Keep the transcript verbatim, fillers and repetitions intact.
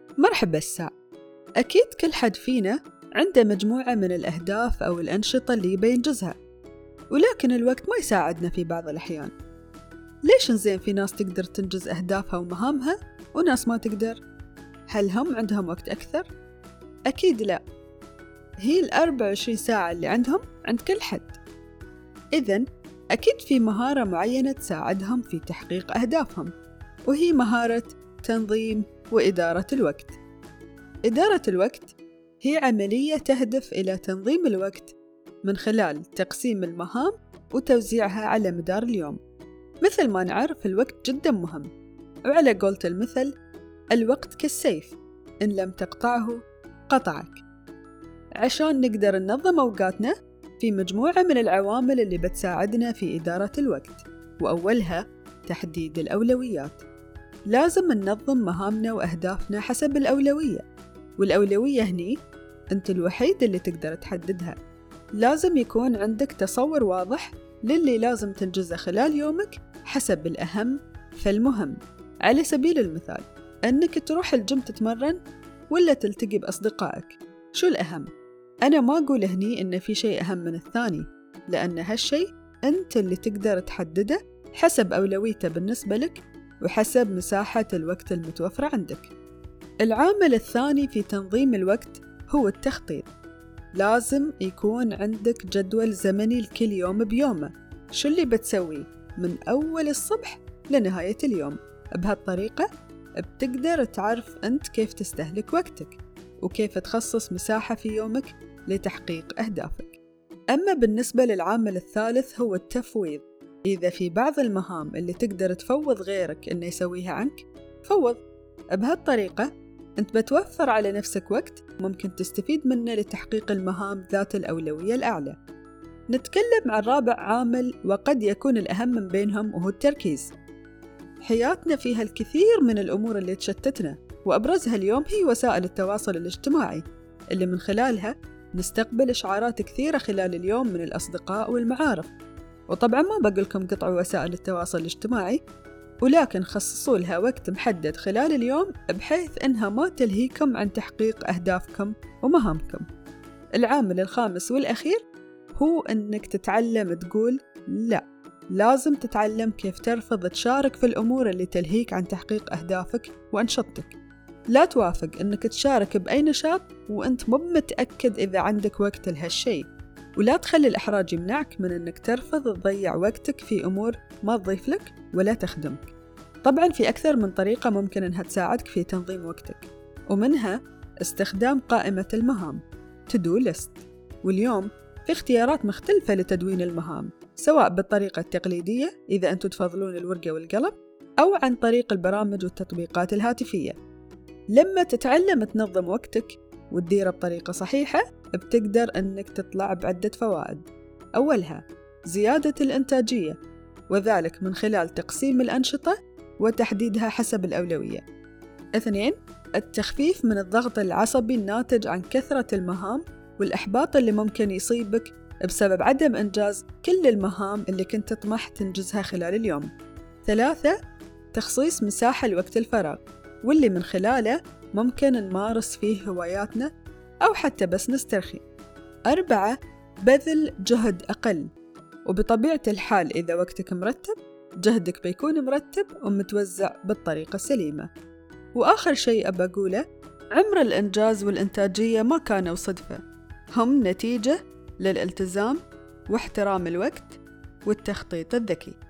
مرحبا الساع. أكيد كل حد فينا عنده مجموعة من الأهداف أو الأنشطة اللي يبي ينجزها، ولكن الوقت ما يساعدنا في بعض الأحيان. ليش نزين في ناس تقدر تنجز أهدافها ومهامها وناس ما تقدر؟ هل هم عندهم وقت أكثر؟ أكيد لا، هي الأربع وعشرين ساعة اللي عندهم عند كل حد. إذن أكيد في مهارة معينة تساعدهم في تحقيق أهدافهم، وهي مهارة تنظيم وإدارة الوقت. إدارة الوقت هي عملية تهدف إلى تنظيم الوقت من خلال تقسيم المهام وتوزيعها على مدار اليوم. مثل ما نعرف الوقت جدا مهم، وعلى قولة المثل الوقت كالسيف إن لم تقطعه قطعك. عشان نقدر ننظم أوقاتنا في مجموعة من العوامل اللي بتساعدنا في إدارة الوقت، وأولها تحديد الأولويات. لازم ننظم مهامنا وأهدافنا حسب الأولوية، والأولوية هني أنت الوحيد اللي تقدر تحددها. لازم يكون عندك تصور واضح للي لازم تنجزه خلال يومك حسب الأهم فالمهم. على سبيل المثال، أنك تروح الجيم تتمرن ولا تلتقي بأصدقائك، شو الأهم؟ أنا ما أقول هني إن في شيء أهم من الثاني، لأن هالشيء أنت اللي تقدر تحدده حسب أولويته بالنسبة لك وحسب مساحة الوقت المتوفرة عندك. العامل الثاني في تنظيم الوقت هو التخطيط. لازم يكون عندك جدول زمني لكل يوم بيومه، شو اللي بتسويه من أول الصبح لنهاية اليوم. بهالطريقة بتقدر تعرف أنت كيف تستهلك وقتك وكيف تخصص مساحة في يومك لتحقيق أهدافك. أما بالنسبة للعامل الثالث هو التفويض. إذا في بعض المهام اللي تقدر تفوض غيرك إنه يسويها عنك، فوض. بهالطريقة أنت بتوفر على نفسك وقت ممكن تستفيد منه لتحقيق المهام ذات الأولوية الأعلى. نتكلم عن رابع عامل وقد يكون الأهم من بينهم، وهو التركيز. حياتنا فيها الكثير من الأمور اللي تشتتنا، وأبرزها اليوم هي وسائل التواصل الاجتماعي اللي من خلالها نستقبل إشعارات كثيرة خلال اليوم من الأصدقاء والمعارف. وطبعا ما بقولكم قطعوا وسائل التواصل الاجتماعي، ولكن خصصوا لها وقت محدد خلال اليوم بحيث إنها ما تلهيكم عن تحقيق أهدافكم ومهامكم. العامل الخامس والأخير هو إنك تتعلم تقول لا. لازم تتعلم كيف ترفض تشارك في الأمور اللي تلهيك عن تحقيق أهدافك وأنشطتك. لا توافق إنك تشارك بأي نشاط وأنت مو متأكد إذا عندك وقت لهالشيء، ولا تخلي الإحراج يمنعك من إنك ترفض تضيع وقتك في أمور ما تضيف لك ولا تخدمك. طبعاً في أكثر من طريقة ممكن إنها تساعدك في تنظيم وقتك، ومنها استخدام قائمة المهام to-do list. واليوم في اختيارات مختلفة لتدوين المهام، سواء بالطريقة التقليدية إذا أنتم تفضلون الورقة والقلم، أو عن طريق البرامج والتطبيقات الهاتفية. لما تتعلم تنظم وقتك وتديره بطريقة صحيحة، بتقدر أنك تطلع بعدة فوائد. أولها زيادة الإنتاجية، وذلك من خلال تقسيم الأنشطة وتحديدها حسب الأولوية. اثنين، التخفيف من الضغط العصبي الناتج عن كثرة المهام والإحباط اللي ممكن يصيبك بسبب عدم إنجاز كل المهام اللي كنت تطمح تنجزها خلال اليوم. ثلاثة، تخصيص مساحة لوقت الفراغ، واللي من خلاله ممكن نمارس فيه هواياتنا أو حتى بس نسترخي. أربعة، بذل جهد أقل، وبطبيعة الحال إذا وقتك مرتب جهدك بيكون مرتب ومتوزع بالطريقة السليمة. وآخر شيء أبى أقوله، عمر الإنجاز والإنتاجية ما كانوا صدفة، هم نتيجة للالتزام واحترام الوقت والتخطيط الذكي.